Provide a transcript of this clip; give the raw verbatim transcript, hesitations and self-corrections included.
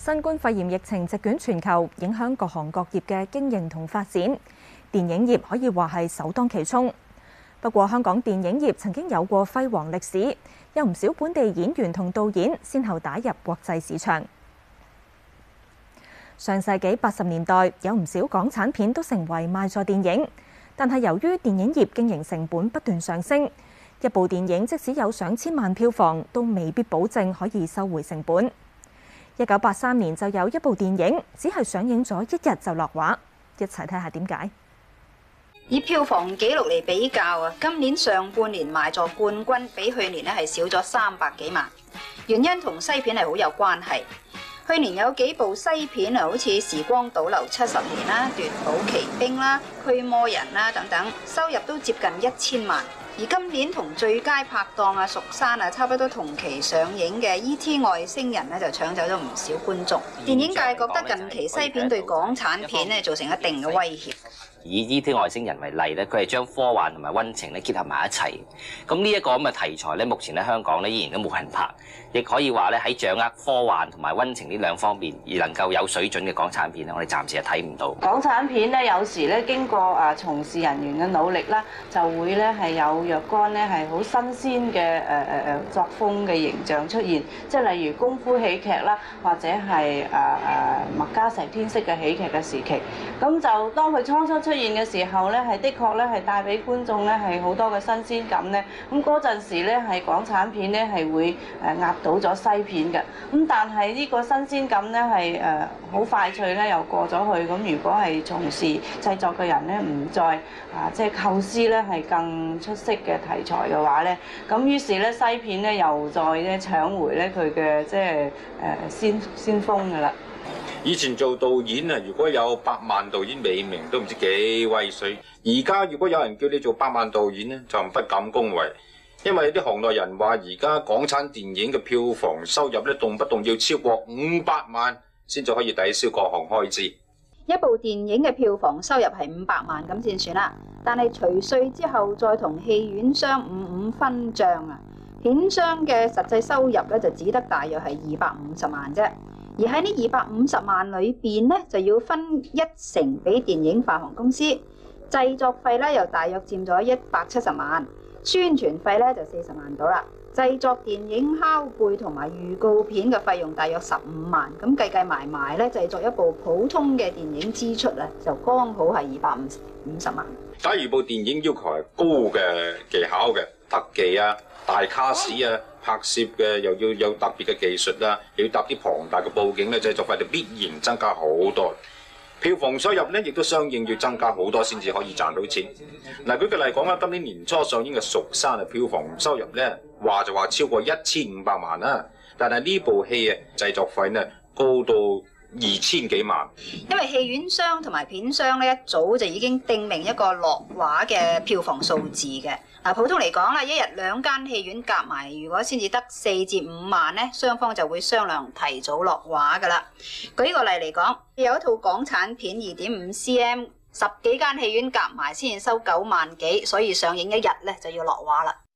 新冠肺炎疫情席捲全球，影響各行各業嘅經營同發展。電影業可以話係首當其衝。不過，香港電影業曾經有過輝煌歷史，有唔少本地演員同導演先後打入國際市場。上世紀八十年代，有唔少港產片都成為賣座電影，但係由於電影業經營成本不斷上升，一部電影即使有上千萬票房，都未必保證可以收回成本。一九八三年就有一部電影，只係上映咗一日就落畫，一齊睇下點解。 以票房紀錄嚟比較啊，今年上半年賣座冠軍比去年咧係少咗三百幾萬，原因同西片係好有關係。去年有幾部西片啊，好似《時光倒流七十年》啦、《奪寶奇兵》啦、《驅魔人》啦等等，收入都接近一千萬。而今年同最佳拍檔啊、蜀山啊差不多同期上映嘅《E T 外星人》咧，就搶走咗唔少觀眾。電影界覺得近期西片對港產片咧造成一定嘅威脅。 以 E T 外星人為例咧，佢係將科幻同埋溫情咧結合埋一齊。咁呢一個咁嘅題材咧，目前喺香港咧依然都冇人拍，亦可以話咧喺掌握科幻同埋溫情呢兩方面而能夠有水準嘅港產片咧，我哋暫時係睇唔到。 港產片咧有時咧經過啊從事人員嘅努力啦，就會咧係有若干咧係好新鮮嘅誒誒誒作風嘅形象出現，即係例如功夫喜劇啦，或者係誒誒麥嘉錫編式嘅喜劇嘅時期。咁就當佢初初出現嘅時候咧，係的確咧係帶俾觀眾咧係好多嘅新鮮感咧。咁嗰陣時咧係港產片咧係會誒壓倒咗西片嘅。咁但係呢個新鮮感咧係誒好快脆咧又過咗去。咁如果係從事製作嘅人咧唔再啊即係構思咧係更出色嘅題材嘅話咧，咁於是咧西片咧又再咧搶回咧佢嘅即係誒先先鋒㗎啦。 以前做導演啊，如果有百萬導演美名都唔知幾威水。而家如果有人叫你做百萬導演咧，就不敢恭維，因為啲行內人話而家港產電影嘅票房收入咧，動不動要超過五百萬先至可以抵消各項開支。 一部電影嘅票房收入係五百萬咁先算啦，但係除稅之後再同戲院商五五分賬啊，片商嘅實際收入咧就只得大約係二百五十萬啫。而喺呢二百五十萬裏邊咧，就要分一成俾電影發行公司，製作費咧又大約佔咗一百七十萬，宣傳費咧就四十萬到啦。製作電影拷貝同埋預告片嘅費用大約十五萬，咁計計埋埋咧，製作一部普通嘅電影支出咧，就剛好係二百五十萬。 假如部電影要求係高嘅技巧嘅特技啊、大卡士啊、拍攝嘅又要有特別嘅技術啦，又要搭啲龐大嘅佈景咧，製作費就必然增加好多。票房收入咧，亦都相應要增加好多先至可以賺到錢。嗱，舉個例講啦，今年年初上映嘅《蜀山》嘅票房收入咧，話就話超過一千五百萬啦，但係呢部戲嘅製作費呢，高到二千幾萬。 因為戲院商同埋片商咧一早就已經定明一個落畫嘅票房數字嘅。嗱，普通嚟講啦，一日兩間戲院夾埋，如果先至得四至五萬咧，雙方就會商量提早落畫噶啦。舉個例嚟講，有一套港產片二點五 cm， 十幾間戲院夾埋先至收九萬幾，所以上映一日咧就要落畫啦。